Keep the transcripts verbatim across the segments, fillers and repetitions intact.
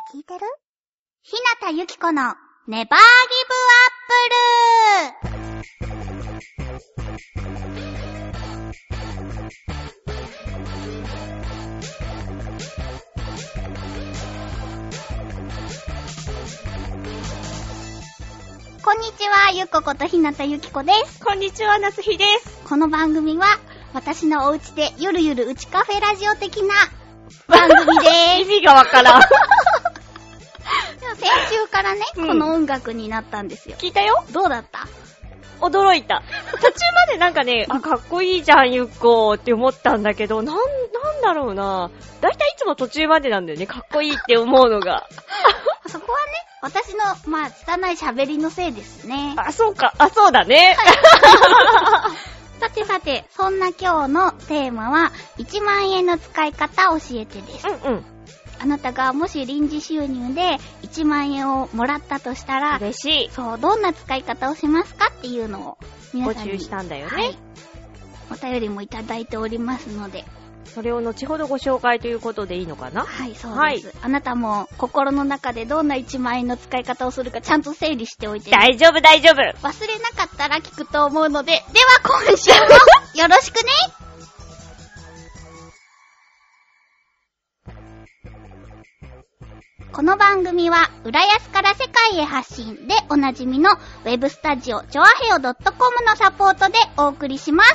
聞いてる？ひなたゆきこのネバーギブアップル。こんにちは、ゆっこことひなたゆきこです。 こんにちは、なつひです。 この番組は私のお家でゆるゆるうちカフェラジオ的な番組でーす。 意味がわからん。 でも先週からね、うん、この音楽になったんですよ。 聞いたよ。 どうだった？ 驚いた。途中までなんかね、あ、かっこいいじゃん、ゆっこって思ったんだけど、なん、なんだろうな。だいたいいつも途中までなんだよね、かっこいいって思うのが。 そこはね、私の、まあ、拙い喋りのせいですね。 あ、そうか。あ、そうだね。 はい、さてさて、そんな今日のテーマは、いちまんえんの使い方教えてです。 うんうん。 あなたがもし臨時収入でいちまんえんをもらったとしたら、 嬉しい。 そう、どんな使い方をしますかっていうのを皆さんに募集したんだよね。 はい。お便りもいただいておりますので、 それを後ほどご紹介ということでいいのかな？ はい、そうです。はい、あなたも心の中でどんないちまんえんの使い方をするかちゃんと整理しておいて、ね。 大丈夫大丈夫。 忘れなかったら聞くと思うので、では今週もよろしくね。この番組は浦安から世界へ発信でおなじみのウェブスタジオチョアヘオ .com のサポートでお送りします。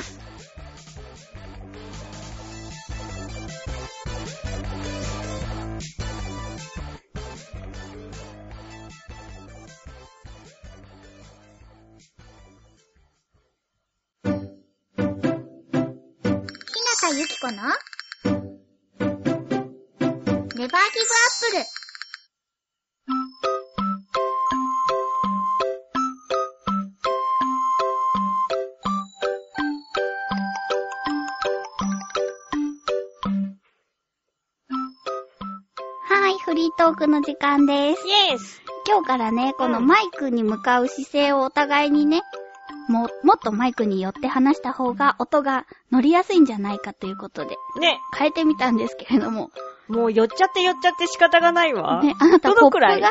ひなたゆきこのネバーギブアップル。はい、フリートークの時間です。 イエス。 今日からね、このマイクに向かう姿勢をお互いにね、も、もっとマイクに寄って話した方が音が乗りやすいんじゃないかということで、ね、変えてみたんですけれども。 もう寄っちゃって寄っちゃって仕方がないわ。 ね、あなたポップが、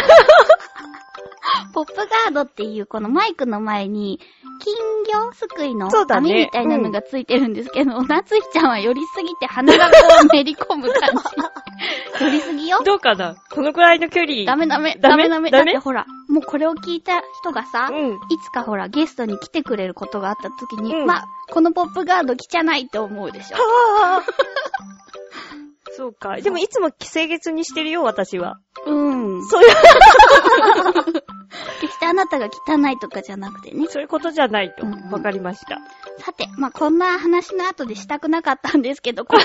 ポップガードっていうこのマイクの前に、金魚すくいの網みたいなのがついてるんですけど、うん、夏日ちゃんは寄りすぎて鼻がこうめり込む感じ。寄りすぎよ。 どうかな？このくらいの距離。 ダメダメ。ダメダメ。だってほら、もうこれを聞いた人がさ、うん、いつかほらゲストに来てくれることがあった時に、うん、まあ、このポップガード汚いって思うでしょ。はぁそうか。でもいつも清潔にしてるよ、私は。 うん。 そういう。 決してあなたが汚いとかじゃなくてね。 そういうことじゃないと。わ、うんうん、かりました。 さて、まあ、こんな話の後でしたくなかったんですけど、告知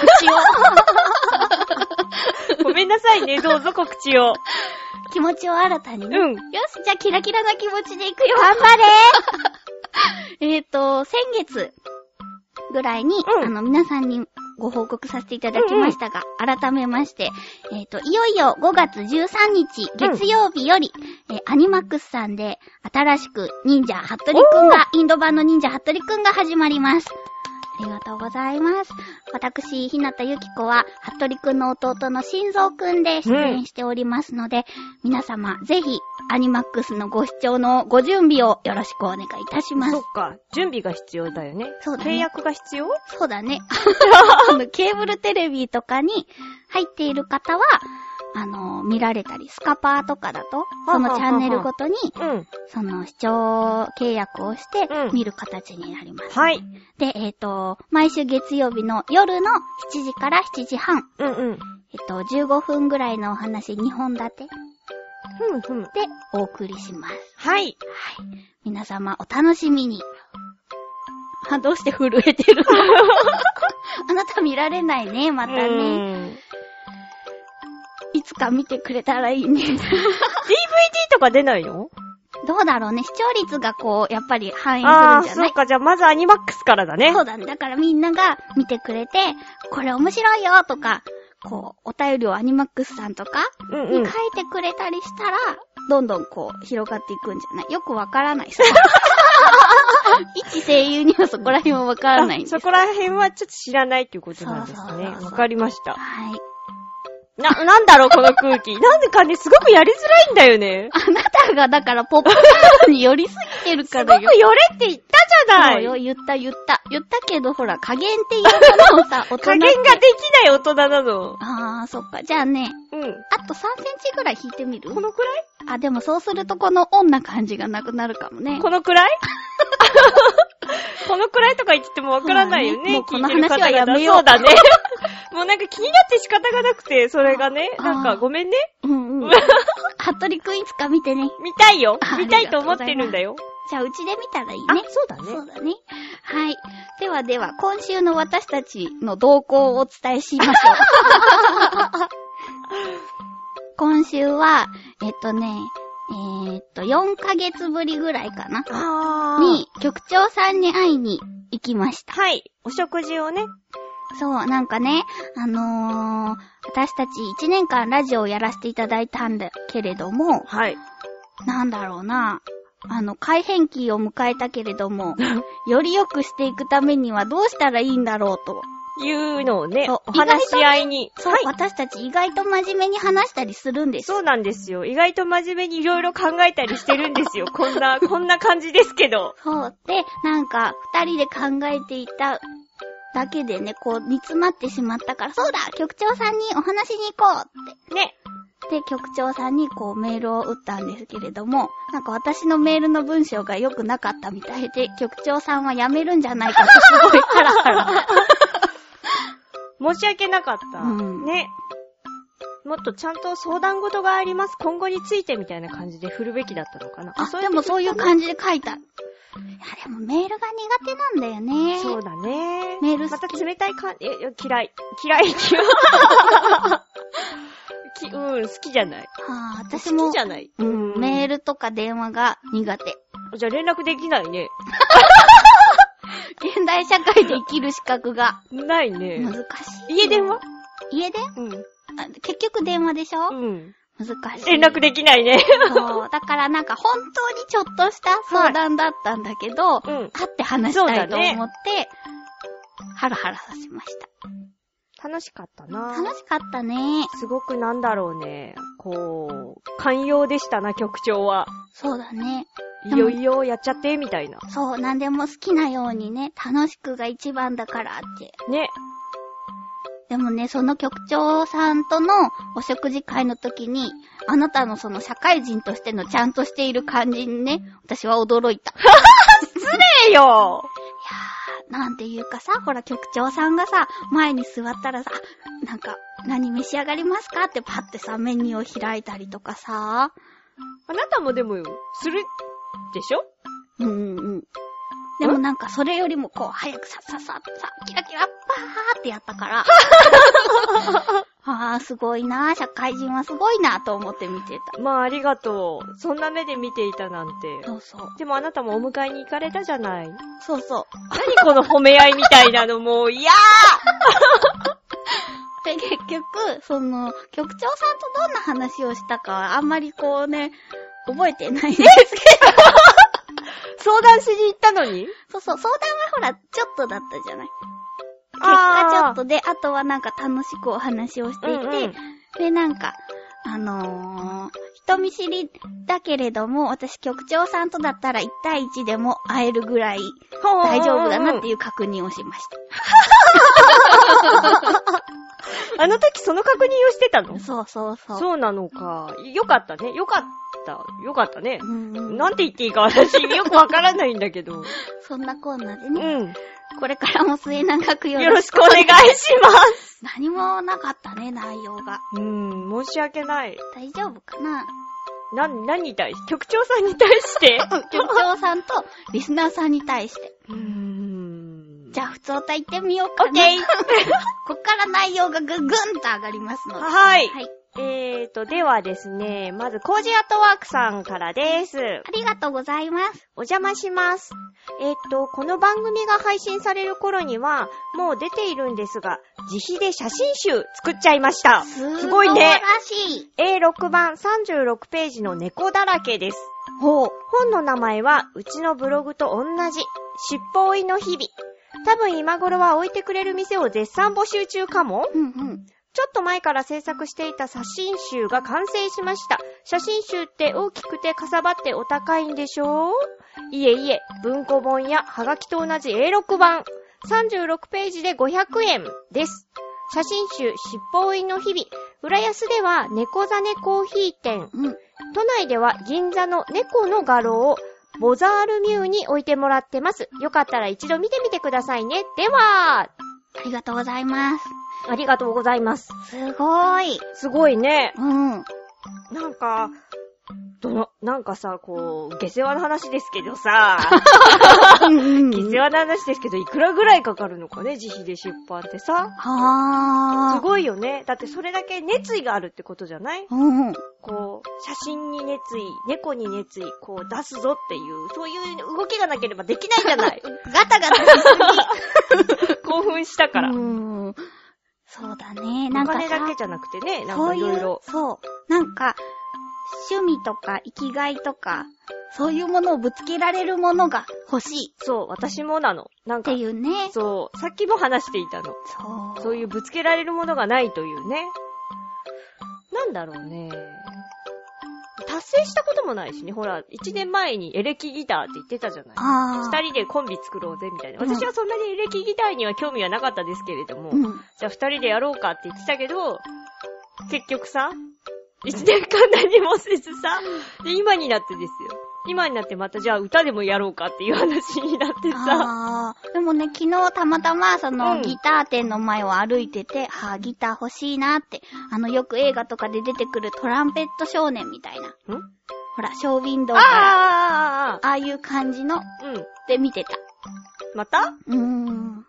を。ごめんなさいね、どうぞ告知を。 気持ちを新たにね。 うん。 よし、じゃあキラキラな気持ちでいくよ。頑張れえっと、先月ぐらいに、うん、あの、皆さんにご報告させていただきましたが、うんうん、改めまして、えっと、いよいよごがつじゅうさんにち月曜日より、うん、えー、アニマックスさんで新しく忍者ハットリくんが、インド版の忍者ハットリくんが始まります。ありがとうございます。私、ひなたゆきこは、ハットリくんの弟のしんぞうくんで出演しておりますので、うん、皆様、ぜひ、アニマックスのご視聴のご準備をよろしくお願いいたします。 そっか、準備が必要だよね。 そうだね。 契約が必要？ そうだね。あの、ケーブルテレビとかに入っている方は、あの、見られたり、スカパーとかだと、そのチャンネルごとに、 うん、 その視聴契約をして見る形になります。 うん、はい。 で、えっと、毎週月曜日の夜のしちじからしちじはん。 うんうん。 えっと、じゅうごふんぐらいのお話にほん立て。 ふんふん。 で、お送りします。 はい。はい。 皆様、お楽しみに。あ、どうして震えてるのあなた見られないね、またね。いつか見てくれたらいいね。ディーブイディーとか出ないの？ どうだろうね。視聴率がこう、やっぱり反映するんじゃない？あー、そうか。じゃあまずアニマックスからだね。 そうだね。だからみんなが見てくれて、これ面白いよとか、こう、お便りをアニマックスさんとかに書いてくれたりしたら、うんうん、どんどんこう、広がっていくんじゃない？よくわからないさ。一声優にはそこら辺はわからないんです。 そこら辺はちょっと知らないっていうことなんですね。わかりました。 はい。 な、なんだろうこの空気。なんでかね、すごくやりづらいんだよね。 あなたがだからポップコーンに寄りすぎてるからよ。 すごく寄れって言ったじゃない。 そうよ、言った言った。言ったけどほら、加減っていうものをさ、大人って。 加減ができない大人なの。 あー、そっか。じゃあね、 うん。 あとさんセンチぐらい引いてみる？ このくらい？ あ、でもそうするとこのオンな感じがなくなるかもね。 このくらいこのくらいとか言ってもわからないよね。 もうこの話はやめよう。 そうだね。もうなんか気になって仕方がなくて、それがね、なんかごめんね。 うんうん。ハトリくんいつか見てね。 見たいよ。見たいと思ってるんだよ。 じゃあうちで見たらいいね。 あ、そうだね。 そうだね。はい。ではでは、今週の私たちの動向をお伝えしましょう。今週は、えっとね、えー、っと、よんかげつぶりぐらいかなあー。 に、局長さんに会いに行きました。 はい。お食事をね。 そう、なんかね、あのー、私たちいちねんかんラジオをやらせていただいたんだけれども、 はい。 なんだろうな、あの、改変期を迎えたけれども、より良くしていくためにはどうしたらいいんだろうと。 いうのをね、お話し合いに。 そう、はい、私たち意外と真面目に話したりするんです。 そうなんですよ。意外と真面目にいろいろ考えたりしてるんですよ。こんな、こんな感じですけど。 そう。で、なんか、二人で考えていただけでね、こう、煮詰まってしまったから、そうだ局長さんにお話しに行こうって。 ね。 で、局長さんにこうメールを打ったんですけれども、なんか私のメールの文章が良くなかったみたいで、局長さんは辞めるんじゃないかってすごいハラハラ。 申し訳なかった。 うん、ね。 もっとちゃんと相談事があります。今後についてみたいな感じで振るべきだったのかな。 あ、でもそういう感じで書いた。いや、でもメールが苦手なんだよね。 そうだね。 メールまた冷たい感じ、え、嫌い。嫌い。嫌い。きうん、好きじゃない。はあ、私も。 好きじゃない。 うん、メールとか電話が苦手。 じゃあ連絡できないね。 現代社会で生きる資格が。 ないね。 難しい。 家電話？ 家電？ うん。 あ、結局電話でしょ？ うん。 難しい。 連絡できないね。 そう。だからなんか本当にちょっとした相談だったんだけど、はい、うん、会って話したいと思って、ね、ハラハラさせました。 楽しかったな。 楽しかったね。 すごくなんだろうね。こう、寛容でしたな、局長は。 そうだね。 いよいよやっちゃって、みたいな。 そう、なんでも好きなようにね、楽しくが一番だからって。 ね。 でもね、その局長さんとのお食事会の時に、あなたのその社会人としてのちゃんとしている感じにね、私は驚いた。 失礼よ。 いやー、なんていうかさ、ほら局長さんがさ、前に座ったらさ、なんか、何召し上がりますかってパッてさ、メニューを開いたりとかさ。 あなたもでも、するでしょ？ うんうん。でもなんかそれよりもこう、早くさっさっさっさ、キラキラパーってやったから。あー、すごいなー、社会人はすごいなーと思って見てた。 まあありがとう。そんな目で見ていたなんて。 そうそう。 でもあなたもお迎えに行かれたじゃない。 そうそう。 何この褒め合いみたいなのもう嫌ーで、結局、その、局長さんとどんな話をしたかはあんまりこうね、覚えてないんですけど。 相談しに行ったのに？ そうそう、相談はほら、ちょっとだったじゃない。結果ちょっとで、あとはなんか楽しくお話をしていて、うんうん、で、なんか、あのー、人見知りだけれども、私局長さんとだったらいち対いちでも会えるぐらい大丈夫だなっていう確認をしました。 あの時その確認をしてたの？ そうそうそう。 そうなのか。よかったね。よかった。よかったね。 うんうん、 なんて言っていいか私よくわからないんだけど。 そんなこんなでね。 うん。 これからも末永くよろしくお願いします。 何もなかったね、内容が。 うーん、申し訳ない。 大丈夫かな？ な、何に対し、局長さんに対して局長さんとリスナーさんに対して。 うーん。 じゃあ、普通歌行ってみようかな。 オッケーこっから内容がぐぐんと上がりますので。 はい。 はい。 えーと、ではですね、まず、コージーアットワークさんからです。 ありがとうございます。 お邪魔します。えーと、この番組が配信される頃には、もう出ているんですが、自費で写真集作っちゃいました。 すごいね。素晴らしい。 エーろく 版さんじゅうろくページの猫だらけです。 ほう。 本の名前は、うちのブログと同じ、しっぽ追いの日々。多分今頃は置いてくれる店を絶賛募集中かも。 うんうん。 ちょっと前から制作していた写真集が完成しました。写真集って大きくてかさばってお高いんでしょう？いえいえ、文庫本やハガキと同じ エーろく 版。さんじゅうろくページでごひゃくえんです。写真集、しっぽ追いの日々。浦安では猫ザネコーヒー店。うん、都内では銀座の猫の画廊をボザールミューに置いてもらってます。よかったら一度見てみてくださいね。では、 ありがとうございます。 ありがとうございます。 すごい。 すごいね。 うん。 なんか、どの、なんかさ、こう、下世話の話ですけどさ、下世話の話ですけど、いくらぐらいかかるのかね、自費で出版ってさ。 はー。 すごいよね。だってそれだけ熱意があるってことじゃない？ うん。 こう、写真に熱意、猫に熱意、こう出すぞっていう、そういう動きがなければできないじゃない。 ガタガタしすぎ。 興奮したから。 うん。そうだね。なんかお金だけじゃなくてね、なんかいろいろ。 そう。なんか、趣味とか生きがいとか、そういうものをぶつけられるものが欲しい。 そう、私もなの。なんか。 っていうね。 そう、さっきも話していたの。 そう。 そういうぶつけられるものがないというね。なんだろうね。達成したこともないしね。ほら、一年前にエレキギターって言ってたじゃない。 ああ。 二人でコンビ作ろうぜみたいな。私はそんなにエレキギターには興味はなかったですけれども、うん、じゃあ二人でやろうかって言ってたけど、結局さ、一年間何もせずさ、で、今になってですよ。今になってまたじゃあ歌でもやろうかっていう話になってさ。 あーでもね、昨日たまたまその、うん、ギター店の前を歩いてて、はぁ、ギター欲しいなって、あのよく映画とかで出てくるトランペット少年みたいな。んほら、ショーウィンドウから、ああ、ああいう感じの、うん。で見てた。 またうーん。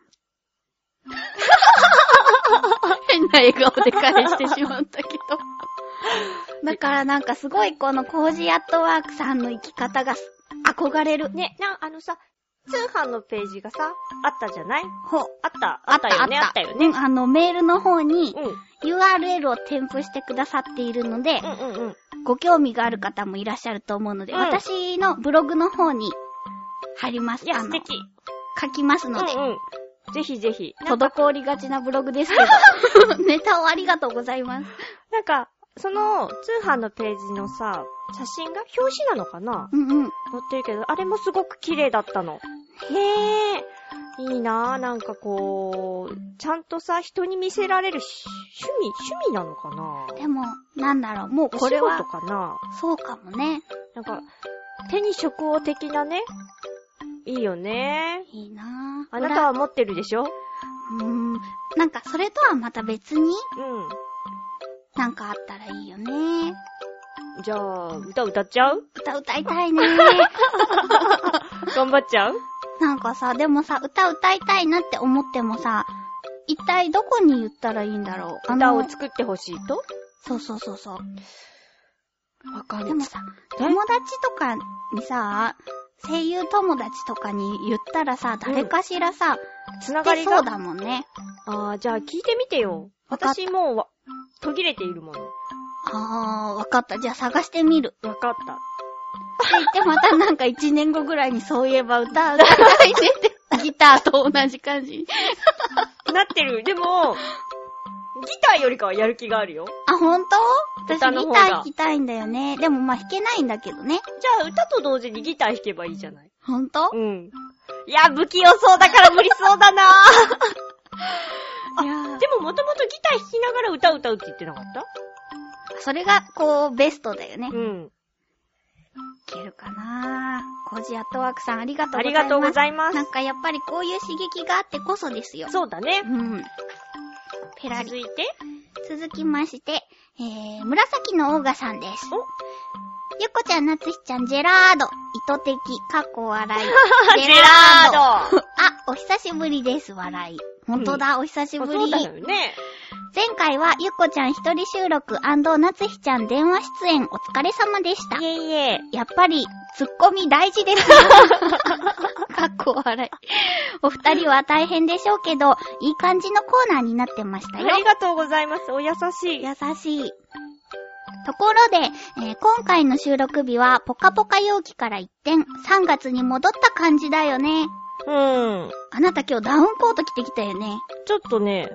変な笑顔で返してしまったけど。だからなんかすごいこのコージーアットワークさんの生き方が憧れる。 ね、な、あのさ、通販のページがさ、あったじゃない？ ほう。 あった、あったよね、あったよね。 うん、あのメールの方に、うん、ユーアールエル を添付してくださっているので、 うんうんうん、 ご興味がある方もいらっしゃると思うので、うん、私のブログの方に貼ります。 いや、素敵。 書きますので。 うんうんぜひぜひ。 滞りがちなブログですけど。ネタをありがとうございます。 なんか、その、通販のページのさ、写真が表紙なのかなうんうん。 載ってるけど、あれもすごく綺麗だったの。へえ。いいなぁ、なんかこう、ちゃんとさ、人に見せられるし趣味、趣味なのかなでも、なんだろう、もうこれは。 お仕事かなそうかもね。 なんか、手に職を的なね。いいよね。 いいなぁ。 あなたは持ってるでしょ？ うーん。なんかそれとはまた別に、うん。なんかあったらいいよね。 じゃあ、歌歌っちゃう？ 歌歌いたいね頑張っちゃう？ なんかさ、でもさ、歌歌いたいなって思ってもさ、一体どこに言ったらいいんだろう。 歌を作ってほしいと？ そうそうそうそう。 わかる。 でもさ、友達とかにさ、声優友達とかに言ったらさ、誰かしらさ、 うん、つながりがそうだもんね。 あー、じゃあ聞いてみてよ。私もうわ、途切れているもの。 あー、わかった。じゃあ探してみる。 わかった。 って言ってまたなんか一年後ぐらいにそういえば歌歌いたいねって、ギターと同じ感じに。 なってる。でも、ギターよりかはやる気があるよ。 あ、ほんと？私ギター弾きたいんだよね。でもまあ弾けないんだけどね。 じゃあ歌と同時にギター弾けばいいじゃない。 ほんと？ うん。いや、不器用そうだから無理そうだなぁ。いやでももともとギター弾きながら歌歌うって言ってなかった？ それがこうベストだよね。 うん。 いけるかなぁ。コージーアットワークさんありがとうございます。 ありがとうございます。 なんかやっぱりこういう刺激があってこそですよ。 そうだね。 うん。ペラリ。 続いて続きまして、えー、紫のオーガさんです。ゆっこちゃん、なつひちゃん、ジェラード、意図的、かっこ笑い。 ジェラードあ、お久しぶりです、笑い。ほんとだ、うん、お久しぶり。 そうだよね。 前回はゆっこちゃん一人収録&なつひちゃん電話出演お疲れ様でした。 いえいえ。 やっぱり、ツッコミ大事ですよ。かっこ笑い。お二人は大変でしょうけど、いい感じのコーナーになってましたよ。 ありがとうございます。お優しい。 優しい。ところで、えー、今回の収録日はポカポカ陽気から一転、さんがつに戻った感じだよね。 うん。 あなた今日ダウンコート着てきたよね。 ちょっとね、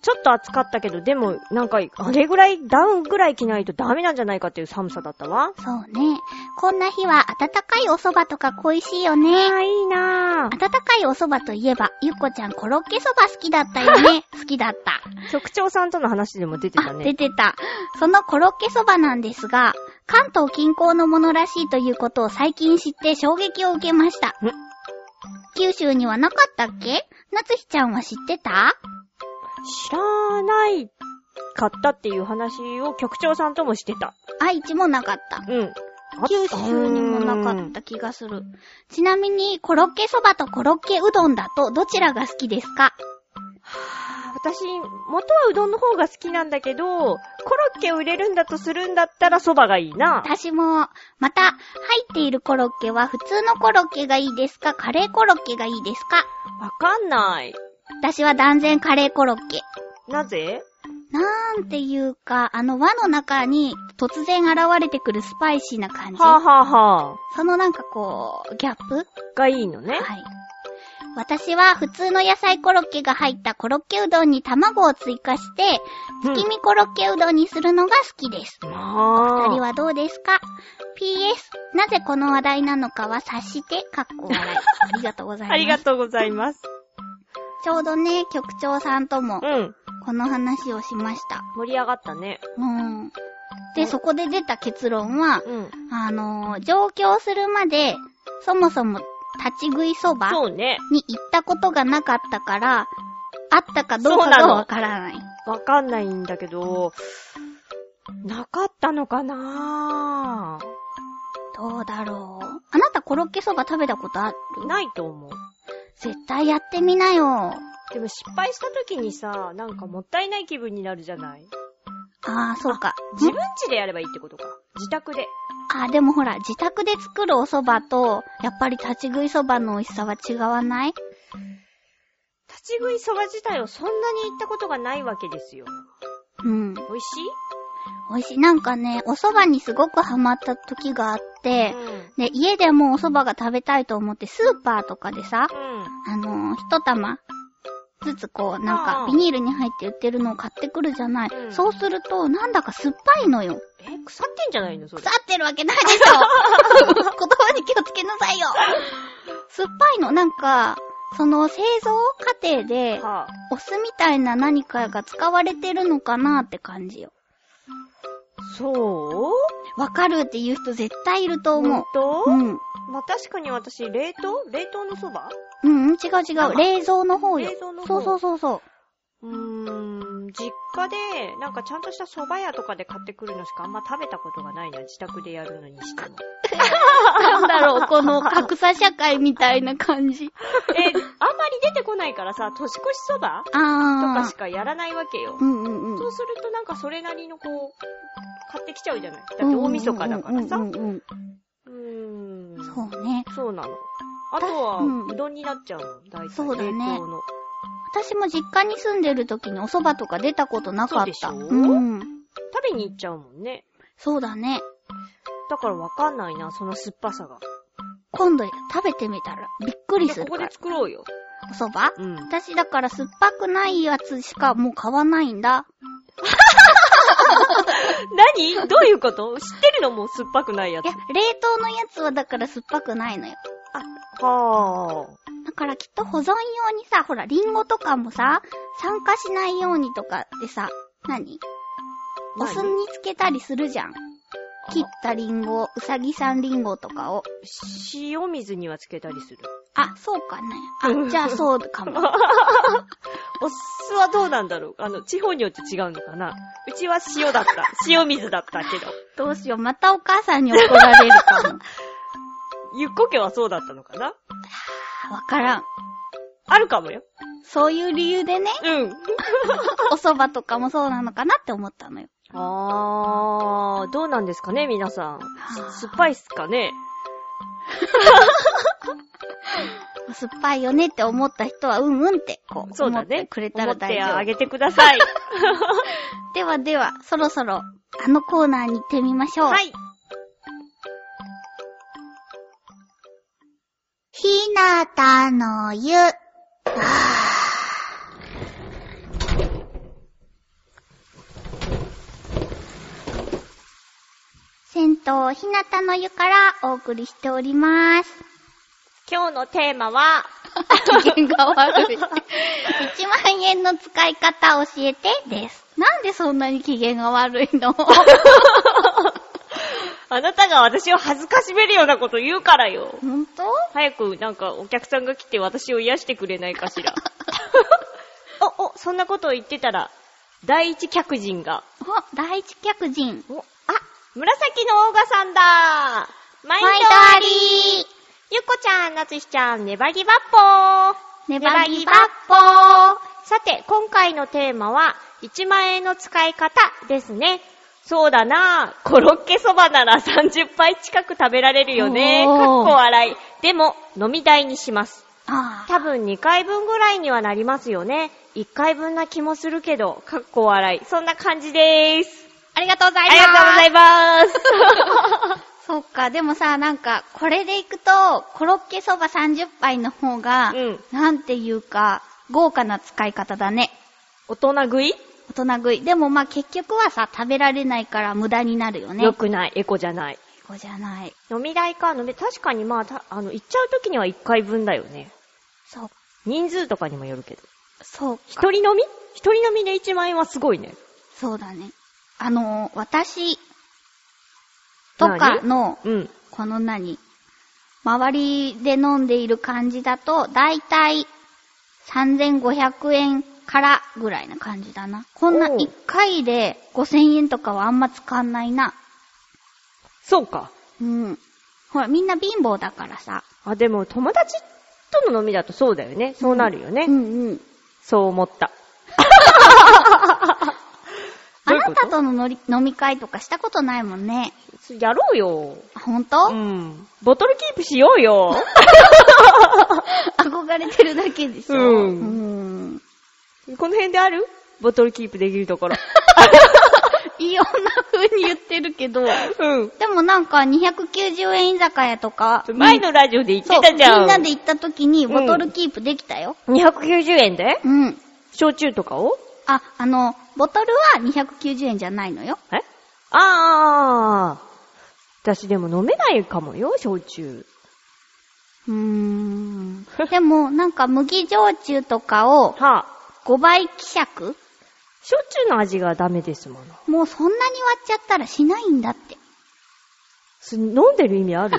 ちょっと暑かったけど、でも、なんか、あれぐらい、ダウンぐらい着ないとダメなんじゃないかっていう寒さだったわ。 そうね。こんな日は温かいお蕎麦とか恋しいよね。 ああ、いいなぁ。 温かいお蕎麦といえば、ゆっこちゃんコロッケ蕎麦好きだったよね。好きだった。 局長さんとの話でも出てたね。 出てた。そのコロッケ蕎麦なんですが、関東近郊のものらしいということを最近知って衝撃を受けました。九州にはなかったっけ？なつひちゃんは知ってた？ 知らないかったっていう話を局長さんともしてた。 愛知もなかった。 うん。 九州にもなかった気がする。ちなみに、コロッケ蕎麦とコロッケうどんだとどちらが好きですか？ はぁ、私、元はうどんの方が好きなんだけど、コロッケを入れるんだとするんだったら蕎麦がいいな。 私も、また、入っているコロッケは普通のコロッケがいいですか？カレーコロッケがいいですか？ わかんない。 私は断然カレーコロッケ。 なぜ？ なんていうか、あの輪の中に突然現れてくるスパイシーな感じ。 はぁ、はぁはぁ、 そのなんかこう、ギャップがいいのね。 はい。私は普通の野菜コロッケが入ったコロッケうどんに卵を追加して、月見コロッケうどんにするのが好きです。 うん、 おあ二人はどうですか？ ピーエス なぜこの話題なのかは察して、かっこ笑い。ありがとうございます。 ありがとうございます。 ちょうどね、局長さんとも、 うん。 この話をしました。 盛り上がったね。 うん。で、そこで出た結論は、 うん。 あのー、上京するまで、そもそも立ち食いそばそうね。 に行ったことがなかったから、あったかどうかがわからない。 わかんないんだけど、なかったのかなぁ。 どうだろう。あなたコロッケそば食べたことある？ ないと思う。 絶対やってみなよ。 でも失敗した時にさ、なんかもったいない気分になるじゃない？ ああ、そうか。 自分家でやればいいってことか。自宅で。 ああ、でもほら、自宅で作るお蕎麦と、やっぱり立ち食いそばの美味しさは違わない？ 立ち食いそば自体をそんなに行ったことがないわけですよ。 うん。 美味しい？ 美味しい。なんかね、お蕎麦にすごくハマった時があって、 うん、 で、家でもお蕎麦が食べたいと思ってスーパーとかでさ、 うん、 あのー、一玉ずつこう、なんかビニールに入って売ってるのを買ってくるじゃない。うん、そうすると、なんだか酸っぱいのよ。 え、腐ってんじゃないのそれ。 腐ってるわけないでしょ言葉に気をつけなさいよ酸っぱいの、なんか、その製造過程で、はあ、お酢みたいな何かが使われてるのかなって感じよ。 そうわかるっていう人絶対いると思う。 ほんと？ うん。 まあ、確かに私、冷凍冷凍のそば？ うん、違う違う。冷蔵の方よ。 冷蔵の方。 そうそうそうそう。 うーん、実家で、なんかちゃんとした蕎麦屋とかで買ってくるのしかあんま食べたことがないな、自宅でやるのにしても。 なんだろう、この格差社会みたいな感じ。 え、あんまり出てこないからさ、年越しそばとかしかやらないわけよ。 うんうんうん。 そうするとなんかそれなりのこう、買ってきちゃうじゃない。だって大晦日だからさ。うーん。 そうね。 そうなの。あとは、うん、うどんになっちゃうの、大体。 そうだね。 冷凍の。 私も実家に住んでる時にお蕎麦とか出たことなかった。 そうでしょ？うん。食べに行っちゃうもんね。 そうだね。 だからわかんないな、その酸っぱさが。 今度食べてみたらびっくりするから。 ここで作ろうよ。 お蕎麦？ うん。 私だから酸っぱくないやつしかもう買わないんだ。 何？どういうこと？知ってるのも酸っぱくないやつ。 いや、冷凍のやつはだから酸っぱくないのよ。 あ、はぁ。 だからきっと保存用にさ、ほら、リンゴとかもさ、酸化しないようにとかでさ、何？お酢につけたりするじゃん。切ったリンゴ、うさぎさんリンゴとかを。 塩水にはつけたりする。 あ、そうかね。あ、じゃあそうかも。 お酢はどうなんだろう？あの、地方によって違うのかな？うちは塩だった。塩水だったけど。 どうしよう、またお母さんに怒られるかも。 ゆっこ家はそうだったのかな？ わからん。 あるかもよ。 そういう理由でね。 うん。 お蕎麦とかもそうなのかなって思ったのよ。 あー、どうなんですかね、皆さん。酸っぱいっすかね？ 酸っぱいよねって思った人はうんうんってこう、 そうだね、 思ってくれたら大丈夫。 思ってあげてください。 ではでは、そろそろあのコーナーに行ってみましょう。 はい。 ひなたの湯。 と、ひなたの湯からお送りしております。 今日のテーマは、 機嫌が悪い。いちまんえんの使い方教えてです。なんでそんなに機嫌が悪いの？ あなたが私を恥ずかしめるようなこと言うからよ。 ほんと？ 早くなんかお客さんが来て私を癒してくれないかしら。お、お、そんなことを言ってたら、第一客人が。 お、第一客人。 お、あ、紫のオーガさんだ。毎度毎度あありり。ゆっこちゃん、なつしちゃん、ネバギバッポー。 ネバギバッポー。 さて、今回のテーマは、いちまんえんの使い方ですね。そうだなぁ。コロッケそばならさんじゅっぱい近く食べられるよね。かっこ笑い。でも、飲み代にします。 あ多分にかいぶんぐらいにはなりますよね。いっかいぶんな気もするけど、かっこ笑い。そんな感じでーす。 ありがとうございあます。 りがとうございます。 そっか、でもさ、なんか、これでいくと、コロッケそばさんじゅっぱいの方が、 うん、 なんていうか、豪華な使い方だね。 大人食い？ 大人食い。でもまあ結局はさ、食べられないから無駄になるよね。 よくない。エコじゃない。 エコじゃない。 飲み代か、飲み、確かにまあ、たあの、行っちゃうときにはいっかいぶんだよね。 そう。 人数とかにもよるけど。 そうか。 一人飲み一人飲みでいちまんえんはすごいね。 そうだね。あのー、私とかの、 うん。 この何周りで飲んでいる感じだと、だいたいさんぜんごひゃくえんからぐらいな感じだな。こんないっかいでごせんえんとかはあんま使んないな。 そうか。 うん。ほら、みんな貧乏だからさ。 あ、でも友達との飲みだとそうだよね。そうなるよね。 うんうん。 そう思った。 あなたとののり飲み会とかしたことないもんね。 やろうよ。 ほんと？ うん。ボトルキープしようよ。 憧れてるだけでしょ。 うん。 うんこの辺である？ボトルキープできるところ。 いいような風に言ってるけど。うん。でもなんかにひゃくきゅうじゅうえん居酒屋とか。 前のラジオで言ってたじゃん。 みんなで行った時にボトルキープできたよ。 うん、にひゃくきゅうじゅうえんで？ うん。 焼酎とかを？ あ、あの、ボトルはにひゃくきゅうじゅうえんじゃないのよ。 え？あー。私でも飲めないかもよ、焼酎。 うーん。でも、なんか麦焼酎とかを、 はあ、 ごばい希釈？ 焼酎の味がダメですもの。 もうそんなに割っちゃったらしないんだって。 飲んでる意味あるの？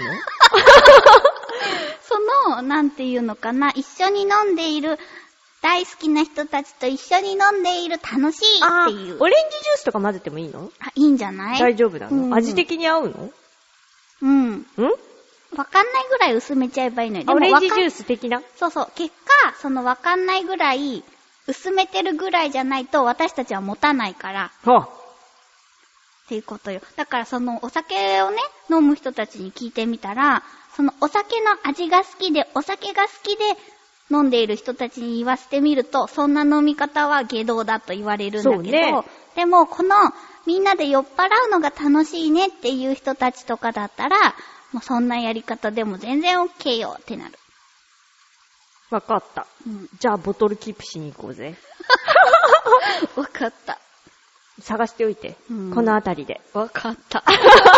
その、なんていうのかな、一緒に飲んでいる、大好きな人たちと一緒に飲んでいる楽しいっていう。 オレンジジュースとか混ぜてもいいの？ あ、いいんじゃない？ 大丈夫なの？ うん、 味的に合うの？ うん。 ん？ わかんないぐらい薄めちゃえばいいのよ。でもオレンジジュース的な？ そうそう。結果、そのわかんないぐらい、薄めてるぐらいじゃないと私たちは持たないから。 はあ。 っていうことよ。だからそのお酒をね、飲む人たちに聞いてみたら、そのお酒の味が好きで、お酒が好きで飲んでいる人たちに言わせてみると、そんな飲み方は下道だと言われるんだけど、ね、でもこのみんなで酔っ払うのが楽しいねっていう人たちとかだったら、もうそんなやり方でも全然 OK よってなる。 わかった。うん、じゃあボトルキープしに行こうぜ。 わかった。 探しておいて。うん、このあたりで。 わかった。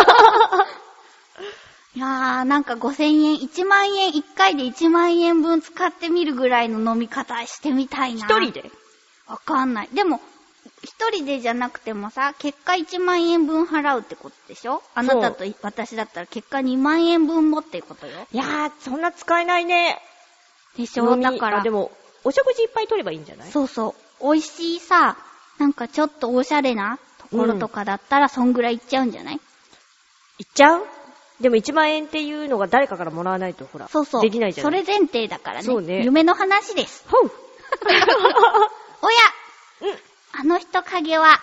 いやー、なんかごせんえん、いちまんえん、いっかいでいちまんえんぶん使ってみるぐらいの飲み方してみたいな。 一人で？ わかんない。でも、一人でじゃなくてもさ、結果いちまんえんぶん払うってことでしょ？あなたと私だったら結果にまんえんぶんもってことよ。 いやー、そんな使えないね。 でしょ？だから。 でも、お食事いっぱい取ればいいんじゃない？ そうそう。美味しいさ、なんかちょっとおしゃれなところとかだったら、そんぐらいいっちゃうんじゃない？ いっちゃう？でもいちまんえんっていうのが誰かからもらわないと、ほら。そうそう。できないじゃない。 それ前提だからね。 そうね。 夢の話です。 ほう。 おや、 うん。 あの人影は、あ、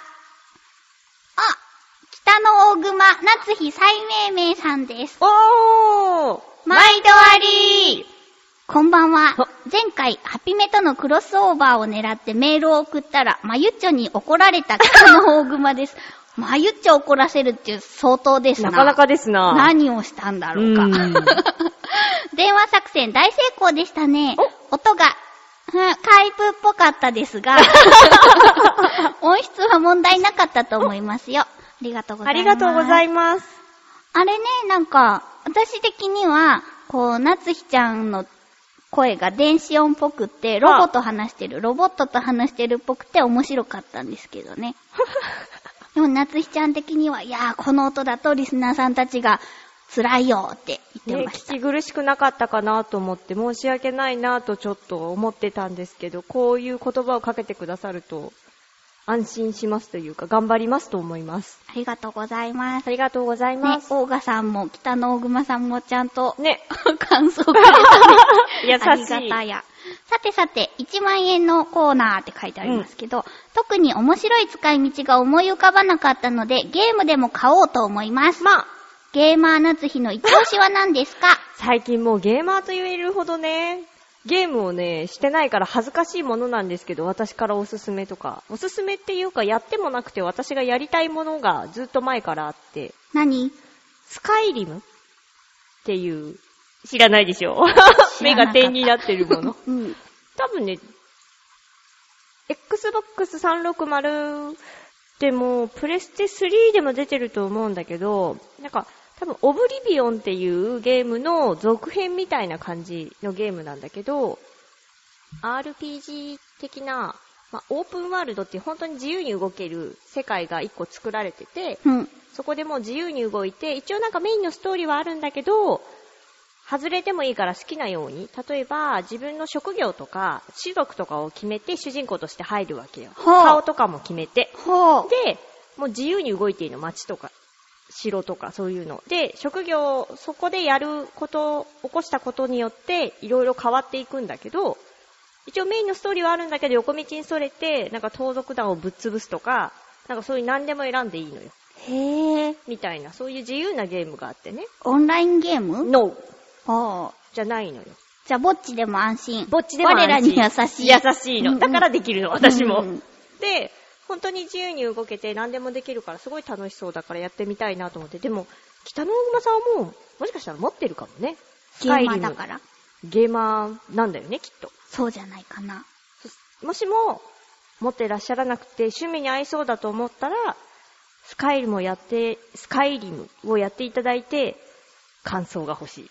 北の大熊、夏日最命名さんです。 おー！ 毎度ありー！こんばんは。前回、ハピメとのクロスオーバーを狙ってメールを送ったら、まゆっちょに怒られた北の大熊です。まゆっちょ怒らせるっていう相当ですな。 なかなかですな。 何をしたんだろうか。う電話作戦大成功でしたね。音が、うん、カイプっぽかったですが、音質は問題なかったと思いますよ。ありがとうございます。 ありがとうございます。 あれね、なんか、私的には、こう、夏日ちゃんの声が電子音っぽくって、ロボと話してる、ロボットと話してるっぽくて面白かったんですけどね。でも夏日ちゃん的には、いやー、この音だとリスナーさんたちが辛いよって言ってました。 ね、聞き苦しくなかったかなと思って申し訳ないなとちょっと思ってたんですけど、こういう言葉をかけてくださると安心しますというか頑張りますと思います。 ありがとうございます。 ありがとうございます。 ね、オーガさんも北の大熊さんもちゃんとね感想くれたね。 優しい。 ありがたや。さてさて、いちまんえんのコーナーって書いてありますけど、うん、特に面白い使い道が思い浮かばなかったので、ゲームでも買おうと思います。まあ、ゲーマー夏日の一押しは何ですか？ 最近もうゲーマーと言えるほどね、ゲームをね、してないから恥ずかしいものなんですけど、私からおすすめとか、おすすめっていうかやってもなくて私がやりたいものがずっと前からあって。 何？ スカイリムっていう、知らないでしょ目が点になってるもの。うん、多分ね、Xbox さんびゃくろくじゅう でも、プレステスリーでも出てると思うんだけど、なんか、多分、オブリビオンっていうゲームの続編みたいな感じのゲームなんだけど、アールピージー 的な、まあ、オープンワールドって本当に自由に動ける世界が一個作られてて、うん、そこでもう自由に動いて、一応なんかメインのストーリーはあるんだけど、外れてもいいから好きなように、例えば自分の職業とか種族とかを決めて主人公として入るわけよ。顔とかも決めて。で、もう自由に動いていいの。街とか城とかそういうの。で、職業、そこでやること、起こしたことによっていろいろ変わっていくんだけど、一応メインのストーリーはあるんだけど横道にそれて、なんか盗賊団をぶっ潰すとか、なんかそういう何でも選んでいいのよ。へー。みたいな、そういう自由なゲームがあってね。 オンラインゲーム？ No。 ああ。 じゃないのよ。 じゃあ、ぼっちでも安心。 ぼっちでも安心。 我らに優しい。 優しいの。だからできるの、私も。うんうん、で、本当に自由に動けて何でもできるからすごい楽しそうだからやってみたいなと思って。でも、北の大熊さんはもう、もしかしたら持ってるかもね。 ゲーマーだから。 ゲーマーなんだよね、きっと。 そうじゃないかな。 もしも、持ってらっしゃらなくて趣味に合いそうだと思ったら、スカイリムをやって、スカイリムをやっていただいて、感想が欲しい。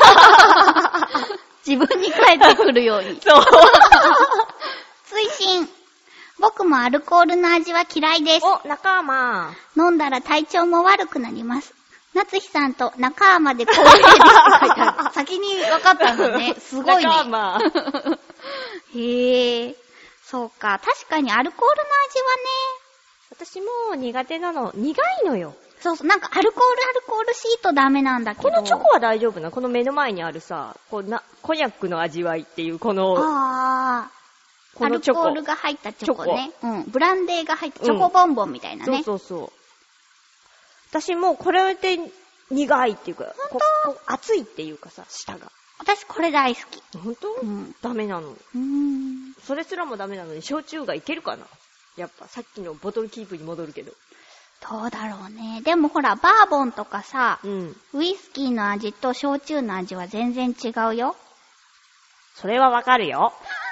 自分に返ってくるように。 そう。 追伸。僕もアルコールの味は嫌いです。 お、仲間。 飲んだら体調も悪くなります。夏日さんと仲間で公平ですって書いてある。先に分かったのね。すごいね。 仲間。 へえ。そうか。確かにアルコールの味はね。 私も苦手なの。苦いのよ。 そうそう、なんかアルコールアルコールシートダメなんだけど。 このチョコは大丈夫な。この目の前にあるさ、こうな、コニャックの味わいっていうこの、 あー、このチョコ。アルコールが入ったチョコね。うん。ブランデーが入ったチョコボンボンみたいなね。 うん、そうそうそう。私もうこれで苦いっていうか、ここ熱いっていうかさ、舌が。 私これ大好き。 ほんと？うん。ダメなの。うーん。それすらもダメなのに焼酎がいけるかな。やっぱさっきのボトルキープに戻るけど。 どうだろうね。でもほら、バーボンとかさ、うん、ウイスキーの味と焼酎の味は全然違うよ。 それはわかるよ。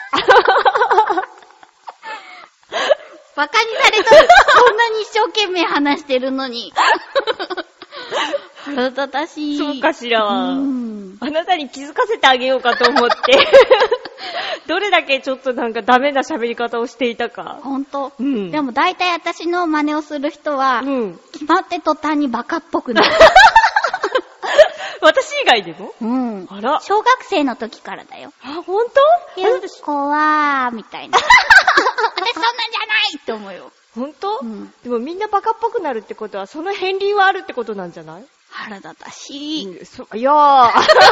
バカにされとる。こんなに一生懸命話してるのに。腹立たしい。 そうかしら。うん、あなたに気づかせてあげようかと思って。どれだけちょっとなんかダメな喋り方をしていたか。 ほんと、うん、でも大体私の真似をする人は、うん、決まって途端にバカっぽくなる。 私以外でも？ うん。あら。小学生の時からだよ。 あ、ほんと？ ゆっこはー、みたいな。私そんなんじゃないって思うよ。 ほんと？うん。でもみんなバカっぽくなるってことは、その片鱗はあるってことなんじゃない？ 腹立たしい。 うん、そいやー。おや、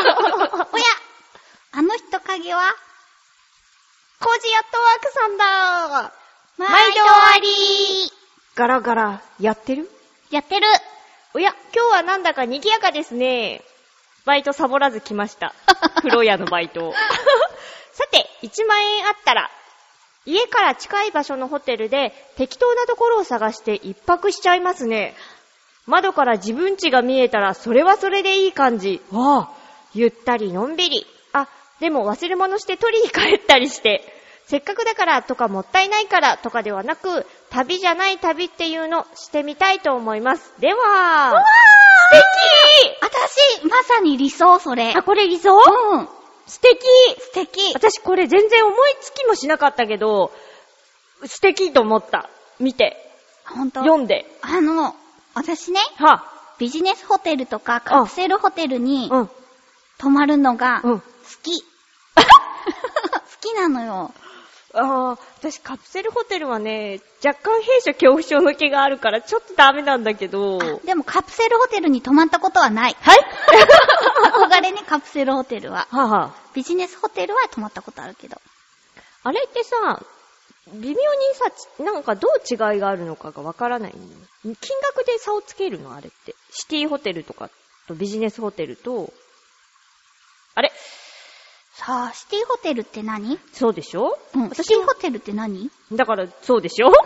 あの人影はコージアットワークさんだー。 毎度終わりー。 ガラガラ、やってる？ やってる。 おや、今日はなんだか賑やかですね。バイトサボらず来ました。風呂屋のバイト。さて、いちまんえんあったら、家から近い場所のホテルで適当なところを探して一泊しちゃいますね。窓から自分家が見えたらそれはそれでいい感じ。わあ、ゆったりのんびり。あ、でも忘れ物して取りに帰ったりして、せっかくだからとかもったいないからとかではなく、旅じゃない旅っていうのしてみたいと思います。では、素私、まさに理想、それ。 あ、これ理想？ うん。 素敵。 素敵。 私これ全然思いつきもしなかったけど、素敵と思った。見て。 ほんと？ 読んで。 あの、私ね、 はあ、 ビジネスホテルとかカプセルホテルにうん。 泊まるのがうん。 好き。好きなのよ。 ああ、私カプセルホテルはね、若干閉所恐怖症の気があるからちょっとダメなんだけど。 でもカプセルホテルに泊まったことはない。 はい憧れね、カプセルホテルは。 はあ、はあ、 ビジネスホテルは泊まったことあるけど。 あれってさ、微妙にさ、なんかどう違いがあるのかがわからない、ね。金額で差をつけるのあれって。シティホテルとかとビジネスホテルと、あれさあ、シティホテルって何？ そうでしょ？ うん。シティホテルって何？ だから、そうでしょ？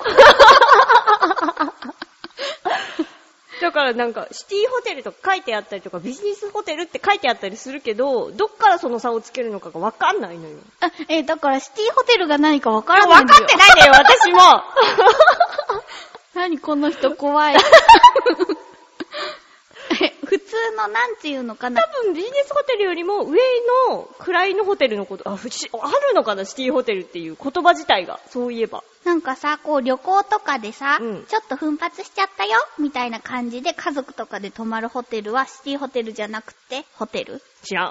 だからなんか、シティホテルとか書いてあったりとか、ビジネスホテルって書いてあったりするけど、どっからその差をつけるのかがわかんないのよ。 あ、えー、だからシティホテルが何かわからないんだよ。 わかってないんだよ、私も。 何この人怖い。普通のなんていうのかな。 多分ビジネスホテルよりも上の位のホテルのこと、あ、ふしあるのかな、シティホテルっていう言葉自体が、そういえば。 なんかさ、こう旅行とかでさ、 うん、 ちょっと奮発しちゃったよみたいな感じで家族とかで泊まるホテルはシティホテルじゃなくてホテル？ 知らん。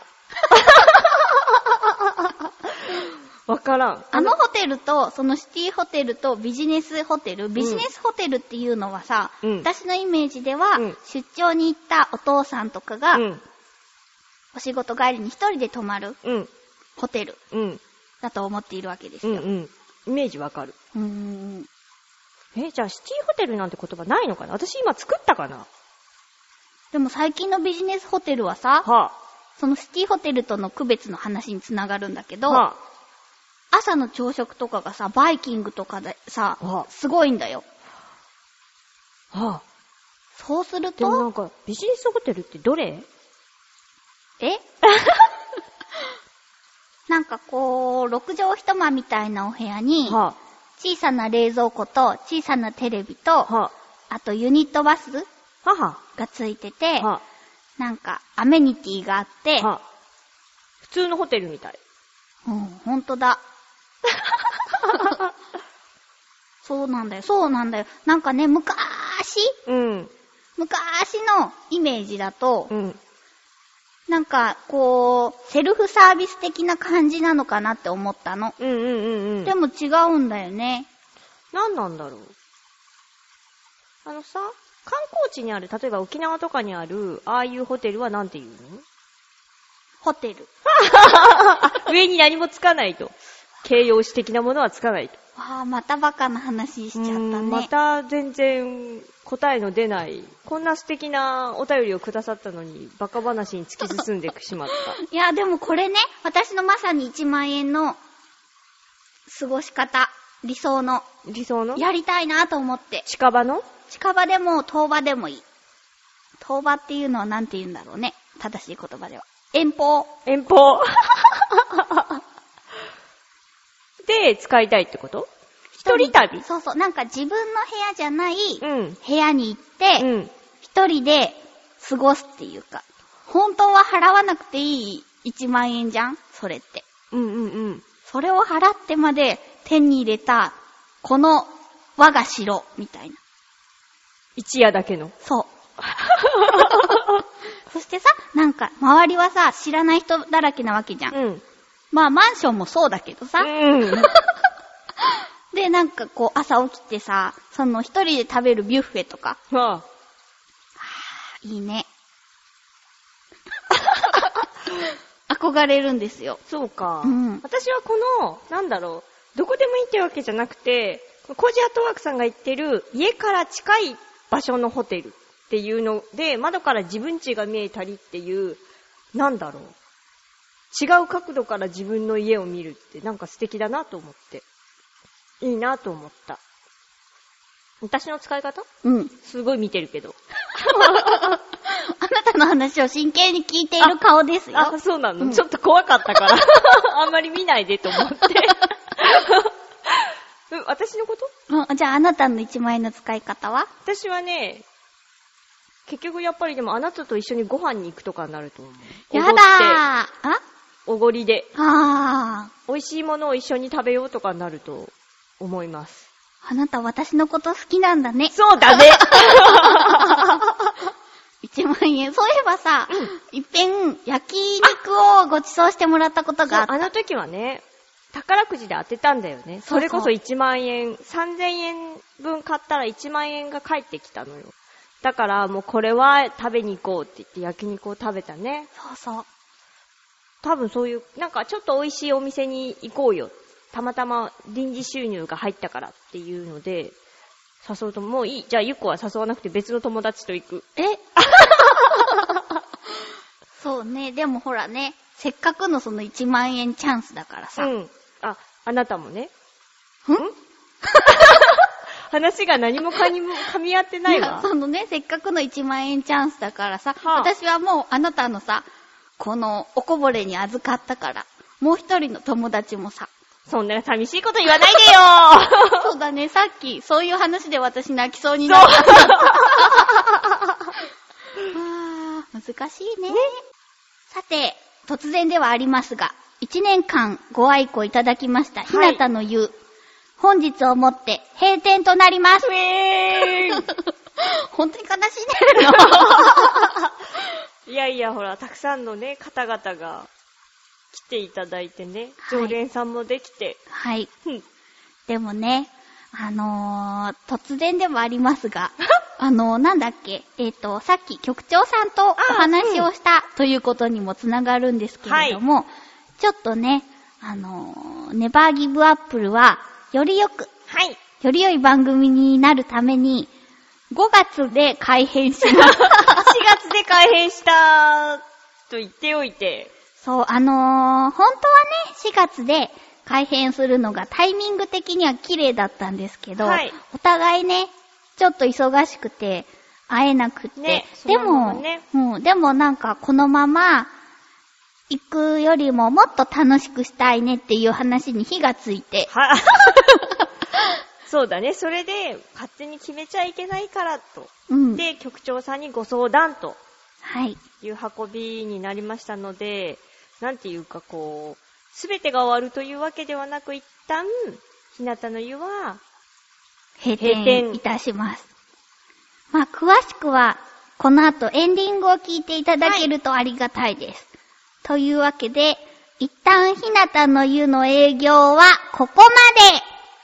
わからん。 あのホテルと、そのシティホテルとビジネスホテル、ビジネスホテルっていうのはさ、うん、私のイメージでは、うん、出張に行ったお父さんとかが、うん、お仕事帰りに一人で泊まる、うん、ホテル、うん、だと思っているわけですよ。うんうん、 イメージわかる。うーん。え、じゃあシティホテルなんて言葉ないのかな？私今作ったかな？ でも最近のビジネスホテルはさ、はあ、そのシティホテルとの区別の話につながるんだけど、はあ、朝の朝食とかがさ、バイキングとかでさ、はあ、すごいんだよ。はあ、そうすると、 でもなんかビジネスホテルってどれ？ えなんかこう、六畳一間みたいなお部屋に、はあ、小さな冷蔵庫と小さなテレビと、はあ、あとユニットバスがついてて、はあ、なんかアメニティがあって、はあ、 普通のホテルみたい。 うん、ほんとだ。そうなんだよ、そうなんだよ。なんかね、昔、うん、昔のイメージだと、うん、なんか、こう、セルフサービス的な感じなのかなって思ったの。うんうんうんうん。でも違うんだよね。 なんなんだろう。あのさ、観光地にある、例えば沖縄とかにある、ああいうホテルはなんて言うの？ ホテル。 上に何もつかないと。形容詞的なものはつかないと。 わあ、またバカな話しちゃったね。 また全然答えの出ない、こんな素敵なお便りをくださったのに、バカ話に突き進んでしまった。 いや、でもこれね、私のまさにいちまん円の過ごし方、理想の。 理想の？ やりたいなと思って。 近場の？ 近場でも遠場でもいい。遠場っていうのはなんて言うんだろうね。正しい言葉では。遠方。 遠方。で、使いたいってこと？一人旅？ そうそう。なんか自分の部屋じゃない部屋に行って、うん、一人で過ごすっていうか、本当は払わなくていいいちまん円じゃん？それって。うんうんうん。それを払ってまで手に入れた、この我が城、みたいな。 一夜だけの。 そう。そしてさ、なんか、周りはさ、知らない人だらけなわけじゃん。うん。まあ、マンションもそうだけどさ。うん。で、なんかこう、朝起きてさ、その一人で食べるビュッフェとか。はあ。はあ、いいね。憧れるんですよ。 そうか。うん。私はこの、なんだろう、どこでもいいってわけじゃなくて、コージアットワークさんが言ってる、家から近い場所のホテルっていうので、窓から自分家が見えたりっていう、なんだろう。違う角度から自分の家を見るってなんか素敵だなと思って。いいなと思った。私の使い方？うん。すごい見てるけど。 あなたの話を真剣に聞いている顔ですよ。 あ、あそうなの、うん、ちょっと怖かったから。あんまり見ないでと思って。私のこと？ うん、じゃああなたのいちまん円の使い方は？ 私はね、 結局やっぱりでもあなたと一緒にご飯に行くとかになると思う。 やだー。あおごりで。 あー。美味しいものを一緒に食べようとかになると思います。 あなた私のこと好きなんだね。 そうだね。 いちまんえん。そういえばさ、うん、いっぺん焼肉をご馳走してもらったことがあった。 あの時はね、宝くじで当てたんだよね。それこそいちまんえん、さんぜんえんぶん買ったらいちまんえんが返ってきたのよ。だからもうこれは食べに行こうって言って焼肉を食べたね。 そうそう。 多分そういう、なんかちょっと美味しいお店に行こうよ。たまたま臨時収入が入ったからっていうので、誘うともういい。じゃあゆっこは誘わなくて別の友達と行く。 えそうね。でもほらね、せっかくのそのいちまんえんチャンスだからさ。 うん。あ、あなたもね。 ん話が何もかにも噛み合ってないわ。 いや、そのね、せっかくのいちまんえんチャンスだからさ、 はあ、 私はもうあなたのさ、このおこぼれに預かったから、もう一人の友達もさ。 そんな寂しいこと言わないでよそうだね、さっきそういう話で私泣きそうになった。あー、難しいね。ね。さて、突然ではありますが、一年間ご愛顧いただきました、ひなたの湯。本日をもって閉店となります。 えー、 本当に悲しいね。 いやいや、ほら、たくさんのね、方々が来ていただいてね、常連さんもできて。 はい。はい、でもね、あのー、突然でもありますが、あのー、なんだっけ、えっと、さっき局長さんとお話をした、うん、ということにもつながるんですけれども、はい、ちょっとね、あのー、ネバーギブアップルは、よりよく、 はい。 より良い番組になるために、ごがつで改編します。しがつで改編したと言っておいて。 そう、あのー、本当はね、しがつで改編するのがタイミング的には綺麗だったんですけど、はい、お互いね、ちょっと忙しくて会えなくて、 ね、 でも、ね、うん、でもなんかこのまま行くよりももっと楽しくしたいねっていう話に火がついて。はそうだね。それで勝手に決めちゃいけないからと。 うん、 で、局長さんにご相談と。 はい。 いう運びになりましたので、なんていうかこう、すべてが終わるというわけではなく、一旦、ひなたの湯は、 閉店いたします。まあ、詳しくは、この後エンディングを聞いていただけるとありがたいです。はい、というわけで、一旦ひなたの湯の営業はここまで。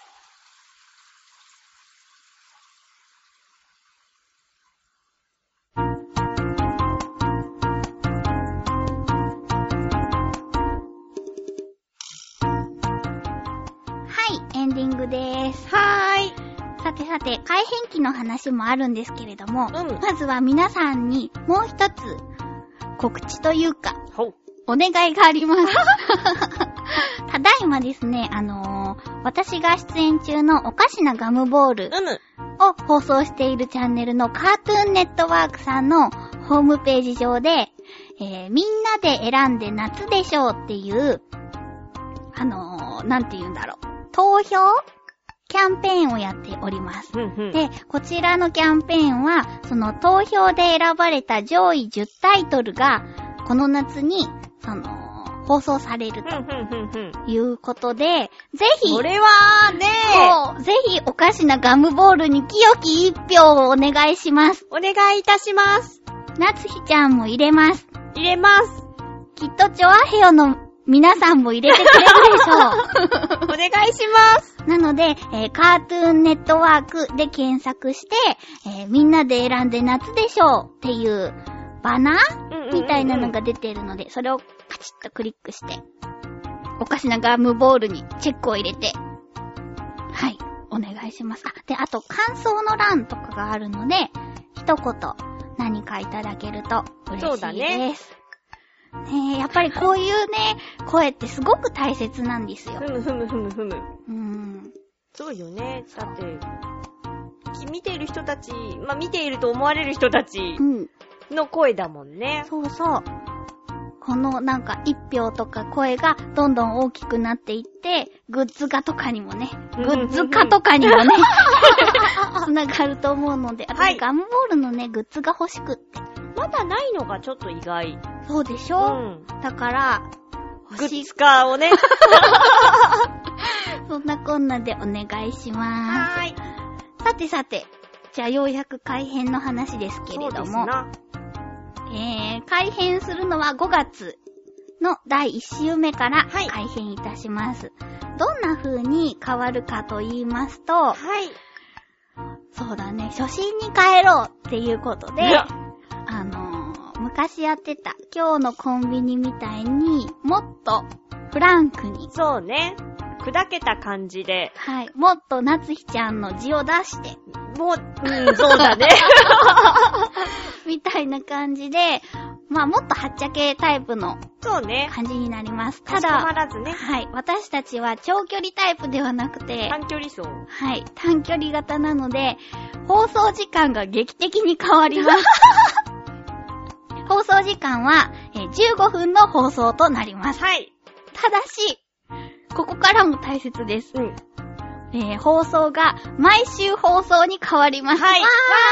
エンディングです。 はーい。 さてさて、改編期の話もあるんですけれども、 うん、 まずは皆さんにもう一つ告知というか、 お願いがあります。ただいまですね、あのー、私が出演中のおかしなガムボールを放送しているチャンネルのカートゥーンネットワークさんのホームページ上で、えー、みんなで選んで夏でしょうっていう、あのー、なんて言うんだろう。投票キャンペーンをやっております。 うんうん、 で、こちらのキャンペーンは、その投票で選ばれた上位じゅうタイトルが、この夏に、その、放送されるということで、ぜひ、 これはね、 ぜひおかしなガムボールに清き一票をお願いします。 お願いいたします。 なつひちゃんも入れます。 入れます。 きっとチョアヘヨの皆さんも入れてくれるでしょう。 お願いします。 なので、えー、カートゥーンネットワークで検索して、えー、みんなで選んで夏でしょうっていうバナーみたいなのが出てるので、それをカチッとクリックして、おかしなガムボールにチェックを入れて、はい、お願いします。あ、で、あと感想の欄とかがあるので、一言何かいただけると嬉しいです。そうだね。ねえ、やっぱりこういうね、声ってすごく大切なんですよ。 ふむふむふむふむ。 うーん。 そうよね。だって、見ている人たち、まあ、見ていると思われる人たちの声だもんね。 うん、そうそう。このなんか一票とか声がどんどん大きくなっていって、グッズ化とかにもね、グッズ化とかにもね、つ繋がると思うので、 はい私ガムボールのね、グッズが欲しくって。 まだないのがちょっと意外。 そうでしょ、 うん。 だから、 グッズ化をね。 そんなこんなでお願いしまはーい。 す。さてさて、じゃあようやく改編の話ですけれども、えー、改編するのはごがつのだいいっ週目からはい改編いたします。どんな風に変わるかと言いますと、 はい。 そうだね、初心に帰ろうっていうことで、 いやあのー、昔やってた今日のコンビニみたいにもっとフランクに、 そうね。砕けた感じで。 はい、もっと夏日ちゃんの字を出して、 もう、うん、そうだね。 みたいな感じで、まあもっとはっちゃけタイプのそうね。 感じになります。たかしこまだ、 らずね。 はい、私たちは長距離タイプではなくて、 短距離走。 はい、短距離型なので、放送時間が劇的に変わります。放送時間は、えー、じゅうごふんの放送となります。 はい。 ただし、ここからも大切です。 うん。 えー、放送が毎週放送に変わります。 はい。わ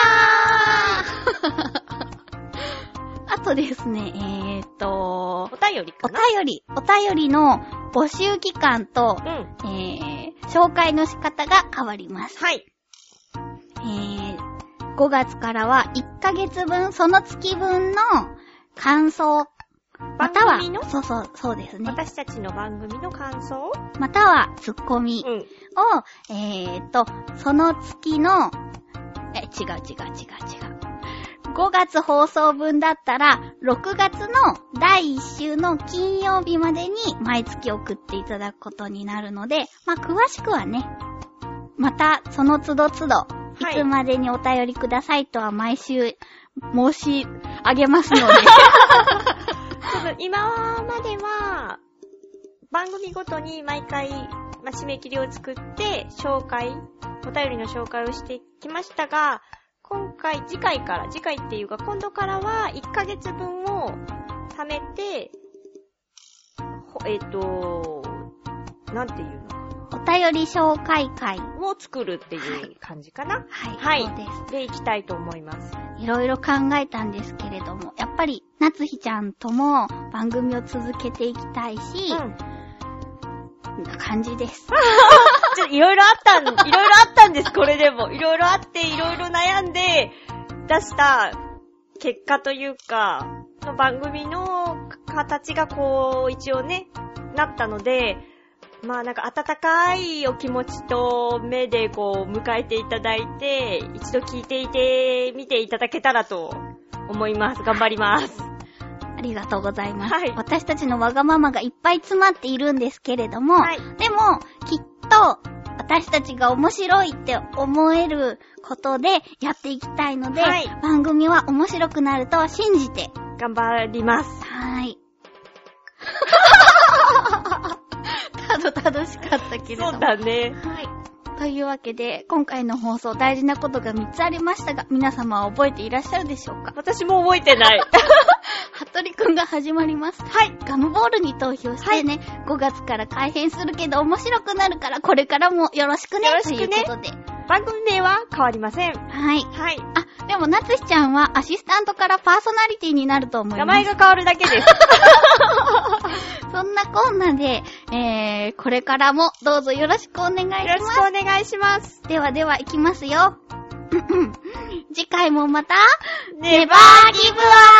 ーあとですね、えーっと、 お便りかおな。 便り、お便りの募集期間と、 うん。 えー、紹介の仕方が変わります。 はい。 えー、ごがつからはいっかげつぶん、その月分の感想、または、 番組のそうそう、そうですね。 私たちの番組の感想または、ツッコミうん。 を、えーっと、その月の、え、違う違う違う違う。ごがつ放送分だったら、ろくがつのだいいっ週の金曜日までに毎月送っていただくことになるので、まあ、詳しくはね、またその都度都度、いつまでにお便りくださいとは毎週申し上げますので。 今までは、番組ごとに毎回、まあ、締め切りを作って、紹介、お便りの紹介をしてきましたが、今回、次回から、次回っていうか、今度からはいっかげつぶんを貯めて、えっと、なんていうのお便り紹介会を作るっていう感じかな。 はい、 はい。 そうです。 で、いきたいと思います。 いろいろ考えたんですけれども、やっぱり、夏日ちゃんとも番組を続けていきたいし、 うん。 な感じです。 ちょっといろいろあったん、いろいろあったんです、これでも。いろいろあって、いろいろ悩んで、出した結果というか、の番組の形がこう、一応ね、なったので、まあなんか温かいお気持ちと目でこう、迎えていただいて、一度聞いていて、見ていただけたらと思います。頑張ります。 ありがとうございます。 はい。 私たちのわがままがいっぱい詰まっているんですけれども、 はい。 でも、きっと、私たちが面白いって思えることでやっていきたいので、 はい、 番組は面白くなると信じて。 頑張ります。 はい。たどたどしかったけれども。 そうだね。 はい。というわけで、今回の放送大事なことがみっつありましたが、皆様は覚えていらっしゃるでしょうか？ 私も覚えてない。 服部くんが始まります。 はい。 ガムボールに投票してね、はい、ごがつから改編するけど面白くなるから、これからもよろしくね。 よろしくね。 ということで。 番組名は変わりません。 はい。 はい。 あ、でも、なつしちゃんはアシスタントからパーソナリティになると思います。 名前が変わるだけです。 そんなこんなで、えー、これからもどうぞよろしくお願いします。 よろしくお願いします。 ではでは、いきますよ。次回もまた、 ネバーギブアップ